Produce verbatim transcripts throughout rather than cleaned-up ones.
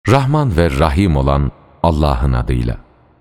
Rahman ve Rahim olan Allah'ın adıyla.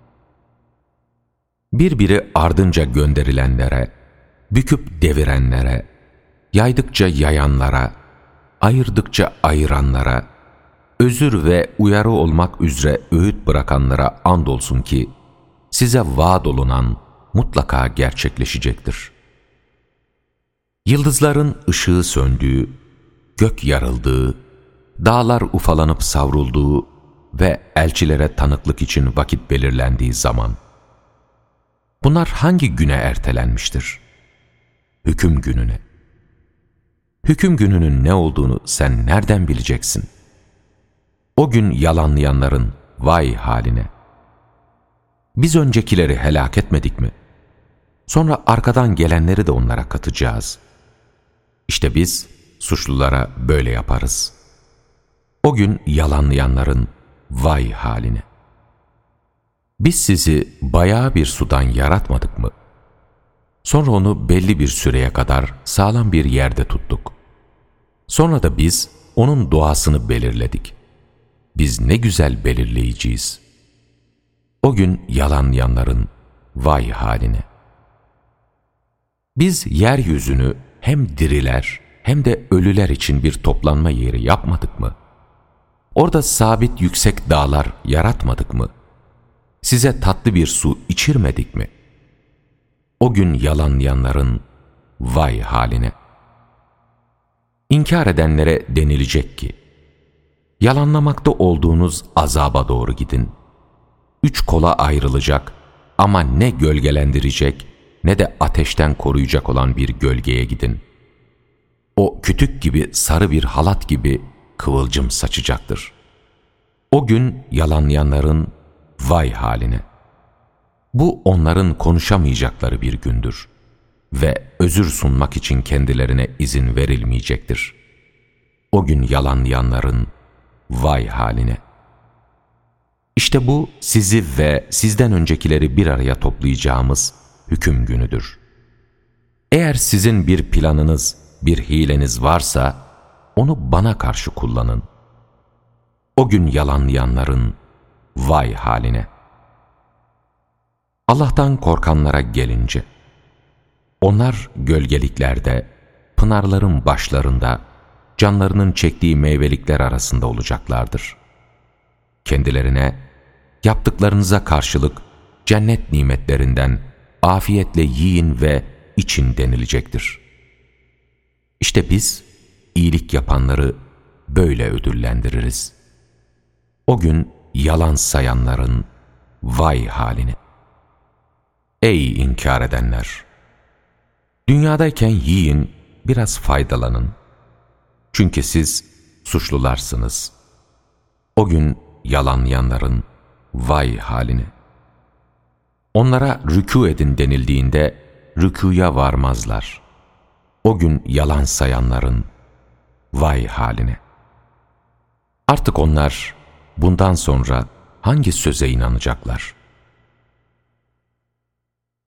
Birbiri ardınca gönderilenlere, büküp devirenlere, yaydıkça yayanlara, ayırdıkça ayıranlara, özür ve uyarı olmak üzere öğüt bırakanlara andolsun ki, size vaad olunan mutlaka gerçekleşecektir. Yıldızların ışığı söndüğü, gök yarıldığı, dağlar ufalanıp savrulduğu ve elçilere tanıklık için vakit belirlendiği zaman, bunlar hangi güne ertelenmiştir? Hüküm gününe. Hüküm gününün ne olduğunu sen nereden bileceksin? O gün yalanlayanların vay haline. Biz öncekileri helak etmedik mi? Sonra arkadan gelenleri de onlara katacağız. İşte biz suçlulara böyle yaparız. O gün yalanlayanların vay haline. Biz sizi bayağı bir sudan yaratmadık mı? Sonra onu belli bir süreye kadar sağlam bir yerde tuttuk. Sonra da biz onun doğasını belirledik. Biz ne güzel belirleyiciyiz. O gün yalanlayanların vay haline. Biz yeryüzünü hem diriler hem de ölüler için bir toplanma yeri yapmadık mı? Orada sabit yüksek dağlar yaratmadık mı? Size tatlı bir su içirmedik mi? O gün yalanlayanların vay haline. İnkar edenlere denilecek ki, yalanlamakta olduğunuz azaba doğru gidin. Üç kola ayrılacak ama ne gölgelendirecek ne de ateşten koruyacak olan bir gölgeye gidin. O kütük gibi sarı bir halat gibi kıvılcım saçacaktır. O gün yalanlayanların vay haline. Bu onların konuşamayacakları bir gündür ve özür sunmak için kendilerine izin verilmeyecektir. O gün yalanlayanların vay haline. İşte bu sizi ve sizden öncekileri bir araya toplayacağımız hüküm günüdür. Eğer sizin bir planınız, bir hileniz varsa onu bana karşı kullanın. O gün yalanlayanların vay haline. Allah'tan korkanlara gelince, onlar gölgeliklerde, pınarların başlarında, canlarının çektiği meyvelikler arasında olacaklardır. Kendilerine, yaptıklarınıza karşılık cennet nimetlerinden afiyetle yiyin ve için denilecektir. İşte biz, iyilik yapanları böyle ödüllendiririz. O gün yalan sayanların vay haline. Ey inkar edenler! Dünyadayken yiyin, biraz faydalanın. Çünkü siz suçlularsınız. O gün yalanlayanların vay haline. Onlara rükû edin denildiğinde rükûya varmazlar. O gün yalan sayanların vay haline. Artık onlar bundan sonra hangi söze inanacaklar?